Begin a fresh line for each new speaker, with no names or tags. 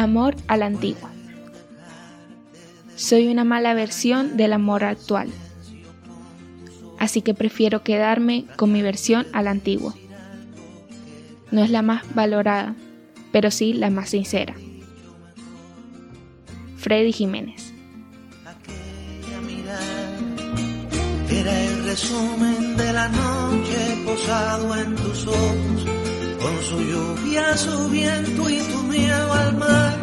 Amor a la antigua. Soy una mala versión del amor actual, así que prefiero quedarme con mi versión a la antigua. No es la más valorada, pero sí la más sincera. Freddy Jiménez.
Era el resumen de la noche posado en tus ojos, con su lluvia, su viento y tu miedo al mar.